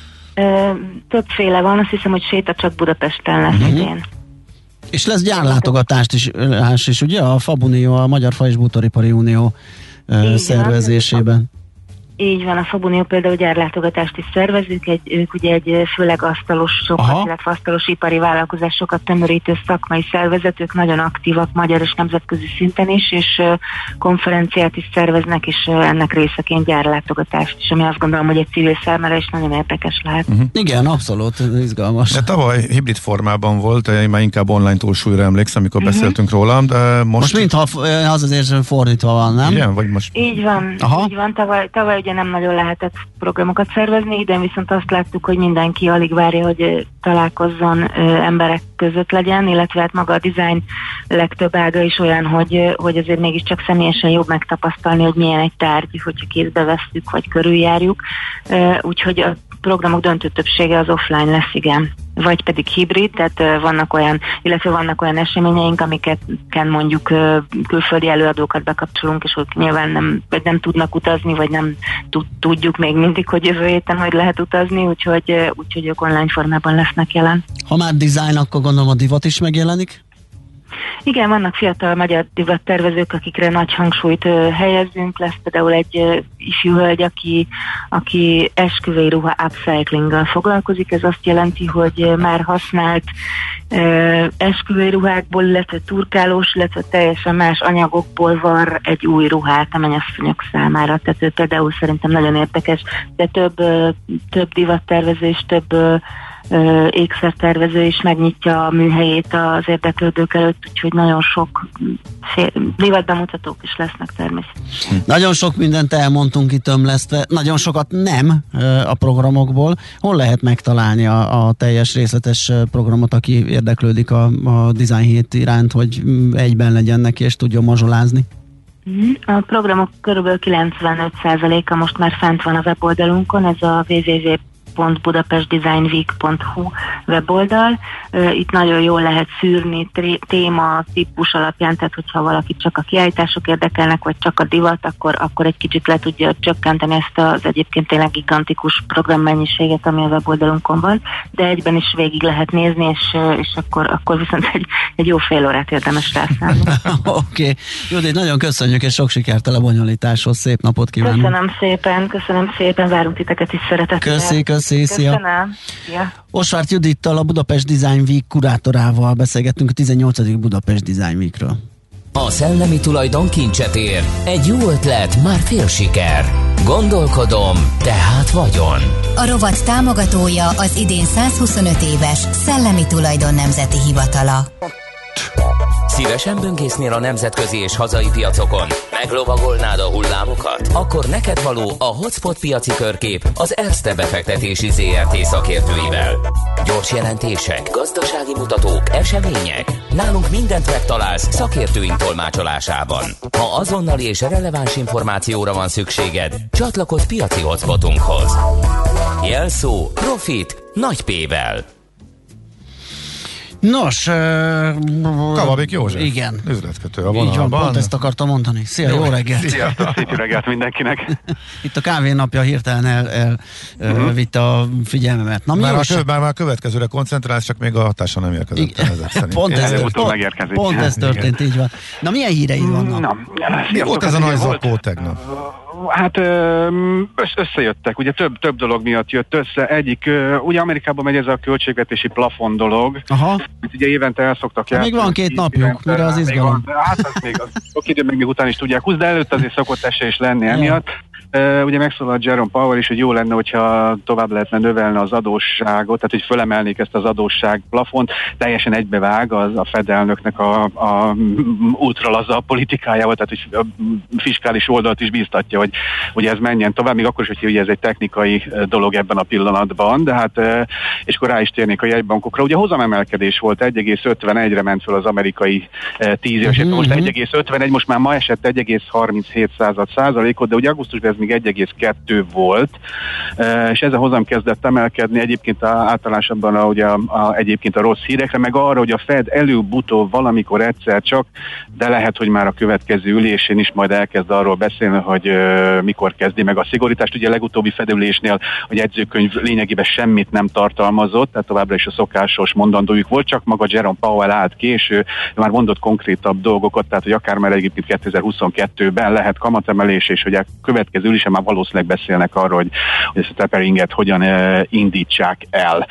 Többféle van, azt hiszem, hogy séta csak Budapesten lesz uh-huh. idén. És lesz gyárlátogatást is, is, ugye? A Fabunió, a Magyar Fa- és Bútoripari Unió így szervezésében. Van. Így van, a Fabunió például gyárlátogatást is szervezünk, egy, ők ugye egy főleg asztalosokat, illetve asztalos ipari vállalkozásokat tömörítő szakmai szervezet, ők nagyon aktívak magyar és nemzetközi szinten is, és konferenciát is szerveznek, és ennek részeként gyárlátogatást is, ami azt gondolom, hogy egy civil számára is nagyon érdekes lehet. Uh-huh. Igen, abszolút, izgalmas. De tavaly hibrid formában volt, én már inkább online túlsúlyra emlékszem, amikor uh-huh. beszéltünk róla, de most... Most mintha az azért fordítva van, nem? Igen, vagy most... Így van, Aha. így van, tavaly, tavaly ugye nem nagyon lehetett programokat szervezni, idén viszont azt láttuk, hogy mindenki alig várja, hogy találkozzon emberek között legyen, illetve hát maga a design legtöbb ága is olyan, hogy, hogy azért mégiscsak személyesen jobb megtapasztalni, hogy milyen egy tárgy, hogyha kézbe vesszük, vagy körüljárjuk. Úgyhogy a programok döntő többsége az offline lesz, igen. Vagy pedig hibrid, tehát vannak olyan, illetve vannak olyan eseményeink, amiket mondjuk külföldi előadókat bekapcsolunk, és ők nyilván nem, vagy nem tudnak utazni, vagy nem tudjuk még mindig, hogy jövő héten hogy lehet utazni, úgyhogy, úgyhogy ők online formában lesznek jelen. Ha már design, akkor gondolom a divat is megjelenik? Igen, vannak fiatal magyar divattervezők, akikre nagy hangsúlyt uh, helyezünk. Lesz például egy uh, ifjú hölgy, aki, aki esküvői ruha upcyclinggal foglalkozik. Ez azt jelenti, hogy uh, már használt uh, esküvői ruhákból, illetve turkálós, illetve teljesen más anyagokból var egy új ruhát a mennyasszonyok számára. Tehát uh, például szerintem nagyon érdekes, de több, uh, több divattervező és több uh, ékszertervező is megnyitja a műhelyét az érdeklődők előtt, úgyhogy nagyon sok divatbemutatók is lesznek természetesen. Nagyon sok mindent elmondtunk itt ömlesztve, nagyon sokat nem a programokból. Hol lehet megtalálni a, a teljes részletes programot, aki érdeklődik a, a Design hét iránt, hogy egyben legyen neki és tudjon mazsolázni? A programok körülbelül kilencvenöt százaléka most már fent van a weboldalunkon, ez a double-u double-u double-u pont budapest design week pont hu weboldal. Itt nagyon jól lehet szűrni téma, típus alapján, tehát hogyha valaki csak a kiállítások érdekelnek, vagy csak a divat, akkor, akkor egy kicsit le tudja csökkenteni ezt az egyébként tényleg gigantikus programmennyiséget, ami a weboldalunkon van, de egyben is végig lehet nézni, és, és akkor, akkor viszont egy, egy jó fél órát érdemes rászállni. Oké. Okay. Judit, nagyon köszönjük, és sok sikert a lebonyolításhoz. Szép napot kívánunk. Köszönöm szépen, köszönöm szépen, várunk titeket is szeretettel. Köszi, köszi. Köszönöm. Szia. Osváth Judittal, a Budapest Design Week kurátorával beszélgettünk a tizennyolcadik Budapest Design Weekről. A szellemi tulajdon kincset ér. Egy jó ötlet, már fél siker. Gondolkodom, tehát vagyon. A rovat támogatója az idén százhuszonöt éves Szellemi Tulajdon Nemzeti Hivatala. Szívesen böngésznél a nemzetközi és hazai piacokon? Meglovagolnád a hullámokat? Akkor neked való a Hotspot piaci körkép az Erste befektetési zé er té szakértőivel. Gyors jelentések, gazdasági mutatók, események. Nálunk mindent megtalálsz szakértőink tolmácsolásában. Ha azonnali és releváns információra van szükséged, csatlakozz piaci hotspotunkhoz. Jelszó Profit nagy P-vel. Nos, uh, Kababik József. Igen. Üzletkötő a vonalban. Így van, pont ezt akartam mondani. Szia, jó, jó reggelt! Sziasztok, szép reggelt mindenkinek! Itt a kávé napja hirtelen el, el uh-huh. vitte a figyelmemet. Na, már, a kö, már, már a következőre koncentrálsz, csak még a hatása nem érkezett. Igen. Pont, ez, ez, pont, pont ez történt, így van. Na, milyen híreid vannak? Na, Mi volt ez a nagy zakó tegnap? Hát összejöttek, ugye több, több dolog miatt jött össze. Egyik, ugye Amerikában megy ez a költségvetési plafon dolog. Aha. Itt ugye évente el szoktak játszani. Még van két napjuk, mire az izgalom. Hát az még az, sok idő még, még után is tudják húzni, de előtt azért szokott esély is lenni emiatt. Uh, ugye megszólalt Jerome Powell is, hogy jó lenne, hogyha tovább lehetne növelni az adósságot, tehát hogy fölemelnék ezt az adósság plafont, teljesen egybevág az a Fed elnöknek a, a ultralaza politikájával, tehát hogy a fiskális oldalt is bíztatja, hogy, hogy ez menjen tovább, még akkor is, hogy ugye ez egy technikai dolog ebben a pillanatban, de hát, és akkor rá is térnék a jegybankokra. Ugye hozamemelkedés volt, egy egész ötvenegyre ment föl az amerikai tíz éves, mm-hmm. most egy egész ötvenegy, most már ma esett egy egész harminchét százalékot, de ugye augusztusban ez még egy egész kettő volt, és ez a hozam kezdett emelkedni egyébként általásabban a, ugye a, a, egyébként a rossz hírekre, meg arra, hogy a Fed előbb-utóbb valamikor egyszer csak, de lehet, hogy már a következő ülésén is majd elkezd arról beszélni, hogy uh, mikor kezdi meg a szigorítást. Ugye a legutóbbi Fed ülésnél a jegyzőkönyv lényegében semmit nem tartalmazott, tehát továbbra is a szokásos mondandójuk volt, csak maga Jerome Powell állt késő, már mondott konkrétabb dolgokat, tehát hogy akár már egyébként kétezer-huszonkettőben lehet kamatemelés, és hogy a következő ülésen már valószínűleg beszélnek arról, hogy, hogy ezt a taperinget hogyan uh, indítsák el.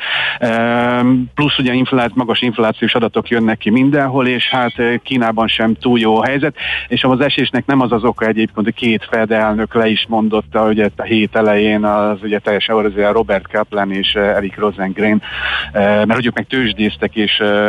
Uh, plusz ugye inflát, magas inflációs adatok jönnek ki mindenhol, és hát Kínában sem túl jó a helyzet, és az esésnek nem az az oka egyébként, hogy két Fed elnök le is mondotta, ugye a hét elején az ugye teljesen a Robert Kaplan és Eric Rosengren, uh, mert hogy ők meg tőzsdéztek, és uh,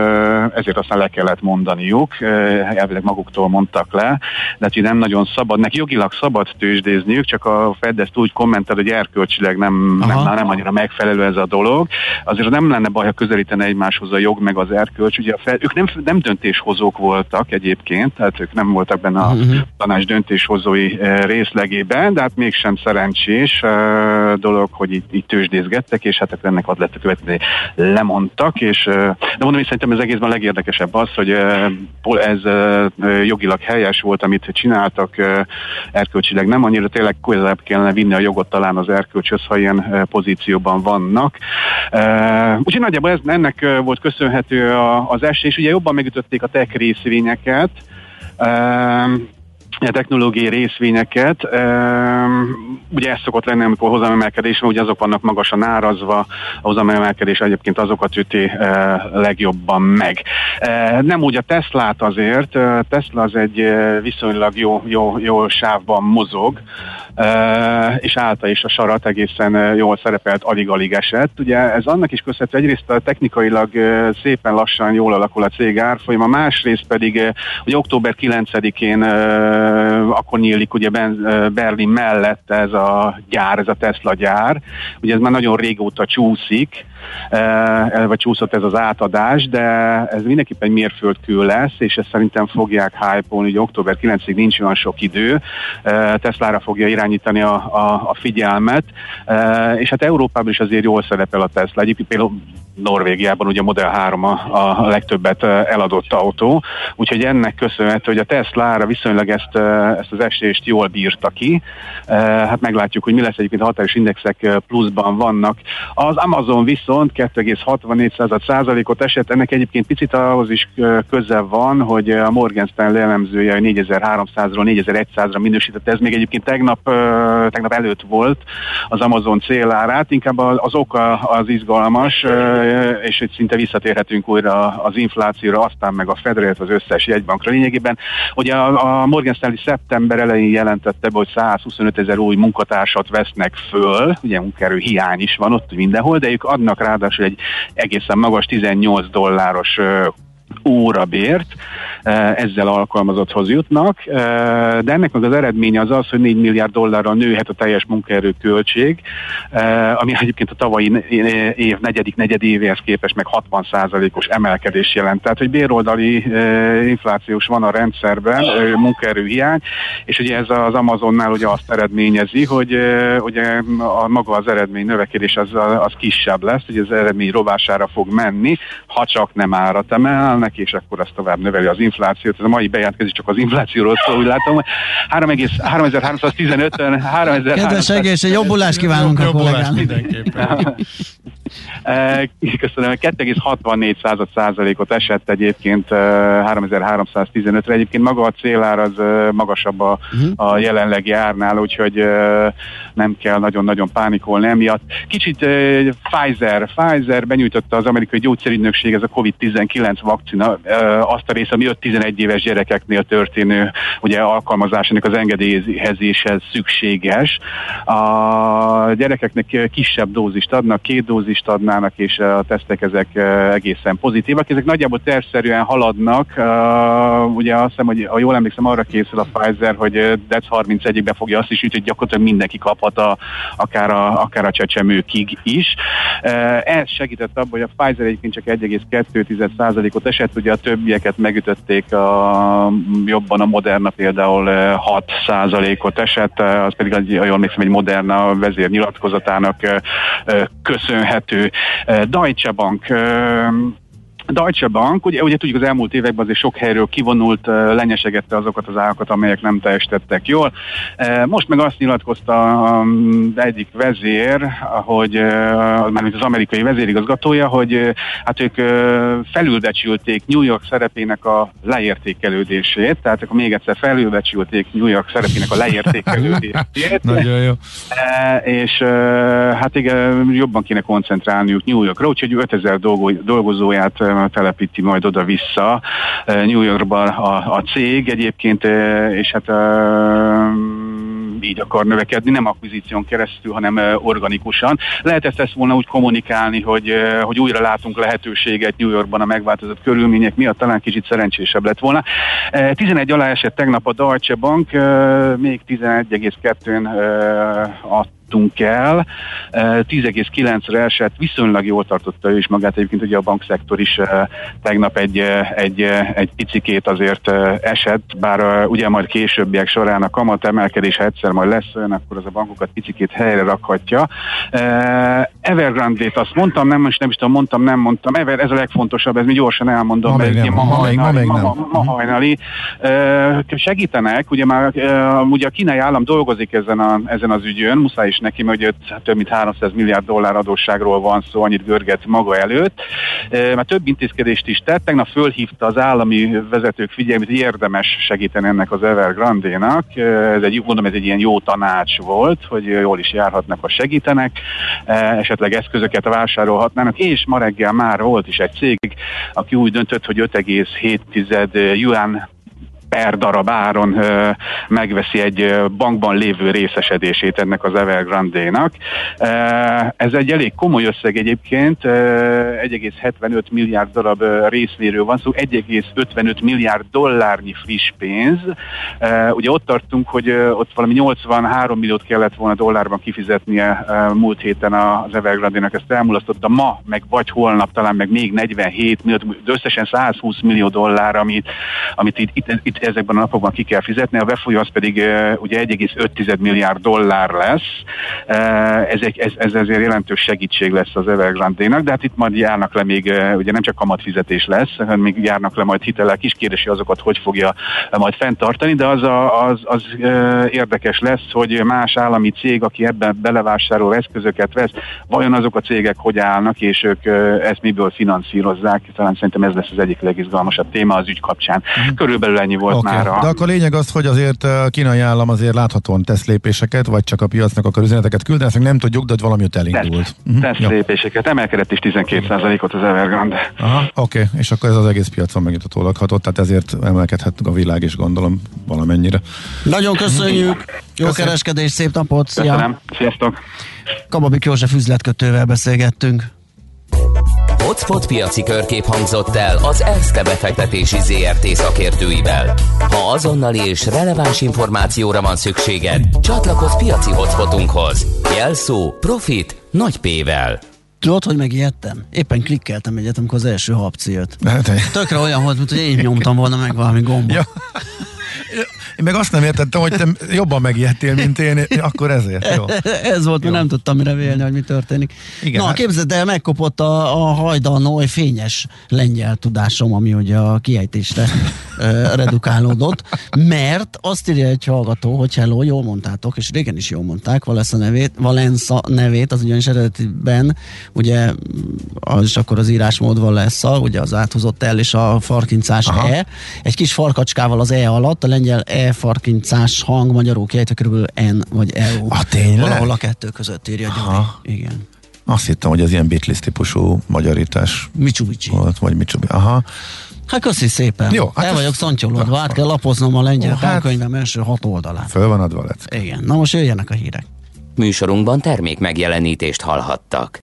ezért aztán le kellett mondaniuk, uh, elvileg maguktól mondtak le, de hát nem nagyon szabad, neki jogilag szabad tőzsdézni, nézniük, csak a Fed ezt úgy kommentel, hogy erkölcsileg nem, nem, nem annyira megfelelő ez a dolog. Azért nem lenne baj, ha közelítene egymáshoz a jog meg az erkölcs. Ugye a Fed, ők nem, nem döntéshozók voltak egyébként, tehát ők nem voltak benne a uh-huh. tanács döntéshozói részlegében, de hát mégsem szerencsés dolog, hogy itt, itt tőzsdézgettek, és hát ennek ad lett a következő, lemondtak, és de mondom, hogy szerintem ez egészben a legérdekesebb az, hogy ez jogilag helyes volt, amit csináltak, erkölcsileg nem annyira, tényleg közelebb kellene vinni a jogot talán az erkölcshöz, ha ilyen pozícióban vannak. Úgyhogy nagyjából ez, ennek volt köszönhető az esés, ugye jobban megütötték a tech részvényeket, a technológiai részvényeket. Ugye ez szokott lenni, amikor hozamemelkedés van, ugye azok vannak magasan árazva, a hozamemelkedés egyébként azokat üti legjobban meg. Nem úgy a Teslát azért, Tesla az egy viszonylag jó, jó, jó sávban mozog, és állta is a sarat, egészen jól szerepelt, alig-alig esett. Ugye ez annak is köszönhető, egyrészt technikailag szépen lassan jól alakul a cég árfolyama, másrészt pedig ugye október kilencedikén akkor nyílik ugye Berlin mellett ez a gyár, ez a Tesla gyár. Ugye ez már nagyon régóta csúszik, vagy csúszott ez az átadás, de ez mindenképpen mérföldkő lesz, és ezt szerintem fogják hype-olni, ugye október kilencedikéig nincs olyan sok idő, Teslára fogja irányítani a, a, a figyelmet, és hát Európában is azért jól szerepel a Tesla. Egyébként például Norvégiában ugye a Model három a, a legtöbbet eladott autó, úgyhogy ennek köszönhető, hogy a Teslára viszonylag ezt, ezt az esést jól bírta ki. Hát meglátjuk, hogy mi lesz, egyébként a hatályos indexek pluszban vannak. Az Amazon viszont kettő egész hatvannégy százalékot esett, ennek egyébként picit ahhoz is köze van, hogy a Morgan Stanley elemzője négyezer-háromszázról négyezer-százra minősítette, ez még egyébként tegnap, tegnap előtt volt az Amazon célárát, inkább az oka az izgalmas, és hogy szinte visszatérhetünk újra az inflációra, aztán meg a Fedre, illetve az összes jegybankra. Lényegében ugye a Morgan Stanley szeptember elején jelentette be, hogy százhuszonöt ezer új munkatársat vesznek föl, ugye munkaerő hiány is van ott mindenhol, de ők adnak ráadásul egy egészen magas tizennyolc dolláros órabért, ezzel alkalmazotthoz jutnak, de ennek meg az eredménye az az, hogy négy milliárd dollárral nőhet a teljes munkaerő költség, ami egyébként a tavalyi év negyedik negyedévéhez képest meg hatvan százalékos emelkedés jelent. Tehát, hogy béroldali inflációs van a rendszerben, munkaerőhiány, és ugye ez az Amazonnál ugye azt eredményezi, hogy ugye a maga az eredmény növekedés az, az kisebb lesz, hogy az eredmény rovására fog menni, ha csak nem árat emelnek, és akkor azt tovább növeli az inflációt. Ez a mai bejelentkezés csak az inflációról szól, úgy látom, hogy háromezerháromszáztizenötön Kedves egészség, jobbulást kívánunk a kollégán. Mindenképpen. Köszönöm, kettő egész hatvannégy százalékot esett egyébként háromezerháromszáztizenötre. Egyébként maga a célár az magasabb a, a jelenlegi árnál, úgyhogy nem kell nagyon-nagyon pánikolni emiatt. Kicsit Pfizer, Pfizer benyújtotta az amerikai gyógyszerügynökség, ez a kovid tizenkilenc vakcina, azt a rész, ami öt-tizenegy éves gyerekeknél történő ugye alkalmazásának az engedélyezéshez szükséges. A gyerekeknek kisebb dózist adnak, két dózist adnának, és a tesztek ezek egészen pozitívak. Ezek nagyjából tervszerűen haladnak. Ugye azt hiszem, hogy ha jól emlékszem, arra készül a Pfizer, hogy december harmincegyikben fogja azt is, hogy gyakorlatilag mindenki kaphat, a, akár, a, akár a csecsemőkig is. Ez segített abban, hogy a Pfizer egyébként csak egy egész kettő százalékot esett, ugye a többieket megütötték, a, jobban a Moderna például hat százalékot esett, az pedig, ha jól emlékszem, egy Moderna vezér nyilatkozatának köszönhető. Deutsche Bank Deutsche Bank, ugye, ugye tudjuk, az elmúlt években azért sok helyről kivonult, lenyesegette azokat az árakat, amelyek nem teljesítettek jól. Most meg azt nyilatkozta az egyik vezér, hogy mármint az amerikai vezérigazgatója, hogy hát ők felülbecsülték New York szerepének a leértékelődését, tehát akkor még egyszer felülbecsülték New York szerepének a leértékelődését. Nagyon jó. És hát igen, jobban kéne koncentrálniuk New Yorkra, úgyhogy ötezer dolgozóját telepíti majd oda-vissza New Yorkban a, a cég egyébként, és hát így akar növekedni, nem akvizíción keresztül, hanem organikusan. Lehet ezt, ezt volna úgy kommunikálni, hogy, hogy újra látunk lehetőséget New Yorkban a megváltozott körülmények miatt, talán kicsit szerencsésebb lett volna. tizenegy alá esett tegnap a Deutsche Bank, még tizenegy egész kettőn adtunk el, tíz egész kilencre esett, viszonylag jól tartotta ő is magát, egyébként ugye a bankszektor is tegnap egy, egy, egy picikét azért esett, bár ugye majd későbbiek során a kamat emelkedés, ha egyszer majd lesz olyan, akkor az a bankokat picikét helyre rakhatja. Evergrande-t azt mondtam, nem, most nem is tudom, mondtam, nem mondtam, Ever, ez a legfontosabb, ez mi gyorsan elmondom, ma ez nem, ma, ma, hajnali, ma, ma, ma hajnali. Segítenek, ugye már ugye a kínai állam dolgozik ezen, a, ezen az ügyön, muszáj is neki, mert ugye több mint háromszáz milliárd dollár adósságról van szó, annyit görget maga előtt. Már több intézkedést is tett, tegnap fölhívta az állami vezetők figyelmét, hogy érdemes segíteni ennek az Evergrande-nak. Ez egy, mondom, ez egy ilyen jó tanács volt, hogy jól is járhatnak, ha segítenek, esetleg eszközöket vásárolhatnának, és ma reggel már volt is egy cég, aki úgy döntött, hogy öt egész hét yuan per darab áron ö, megveszi egy ö, bankban lévő részesedését ennek az Evergrande-nak. E, ez egy elég komoly összeg egyébként, egy egész hetvenöt milliárd darab ö, részvérő van szó, egy egész ötvenöt milliárd dollárnyi friss pénz. E, ugye ott tartunk, hogy ö, ott valami nyolcvanhárom milliót kellett volna dollárban kifizetnie ö, múlt héten az Evergrande-nak, ezt elmulasztotta ma, meg vagy holnap talán meg még negyvenhét millió, összesen százhúsz millió dollár, amit, amit itt, itt, itt ezekben a napokban ki kell fizetni, a befolyó az pedig uh, ugye egy egész öt milliárd dollár lesz. Uh, ez, egy, ez, ez ezért jelentős segítség lesz az Evergrande-nak, de hát itt majd járnak le még, uh, ugye nem csak kamatfizetés lesz, hanem még járnak le majd hitelek is, kérdési azokat hogy fogja uh, majd fenntartani, de az, a, az, az uh, érdekes lesz, hogy más állami cég, aki ebben belevásárol eszközöket vesz, vajon azok a cégek hogy állnak, és ők uh, ezt miből finanszírozzák, talán szerintem ez lesz az egyik legizgalmasabb téma az ügy kapcsán. Mm. Körülbelül ennyi volt. Okay. Mára. De akkor a lényeg az, hogy azért a kínai állam azért láthatóan tesz lépéseket, vagy csak a piacnak akar üzeneteket küldeni, ezt nem tudjuk, de valami ott elindult. Tesz, uh-huh. tesz lépéseket, emelkedett is tizenkét százalékot az Evergrande. Aha, oké, okay. És akkor ez az egész piacon megnyugtatólag hatott, tehát ezért emelkedhet a világ is, gondolom, valamennyire. Nagyon köszönjük, jó Köszön. kereskedés, szép napot, szia! Köszönöm, sziasztok! Kababik József üzletkötővel beszélgettünk. Hotspot piaci körkép hangzott el az Erste befektetési zé er té szakértőivel. Ha azonnali és releváns információra van szükséged, csatlakozz piaci hotspotunkhoz. Jelszó Profit nagy P-vel. Tudod, hogy megijedtem? Éppen klikkeltem egyet, amikor az első habci jött. Tökre olyan volt, mint hogy én nyomtam volna meg valami gombot. Ja. Én meg azt nem értettem, hogy te jobban megijedtél, mint én, akkor ezért. Jó. Ez volt, mert nem tudtam mire vélni, hogy mi történik. Igen, Na, hát... képzeld el, megkopott a, a hajdan oly fényes lengyel tudásom, ami ugye a kiejtésre uh, redukálódott, mert azt írja egy hallgató, hogy hello, jól mondtátok, és régen is jól mondták, Valensza nevét, Valensza nevét, az ugyanis eredetiben, ugye, az is akkor az írásmód Valensza, ugye az áthozott el, és a farkincás Aha. E, egy kis farkacskával az E alatt, a lengyel E farkincás hang, magyarul kiejtve körülbelül N vagy E U. Ah, tényleg? Valahol a kettő között írja Gyuri. Igen. Azt hittem, hogy ez ilyen Beatles típusú magyarítás Mitsubishi volt, vagy Mitsubishi. Aha. Hát köszi szépen. Jó, hát el vagyok szantyolódva, át kell lapoznom a lengyel tankönyvem hát első hat oldalát. Föl van adva, lecke. Igen, na most jöjjenek a hírek. Műsorunkban termék megjelenítést hallhattak.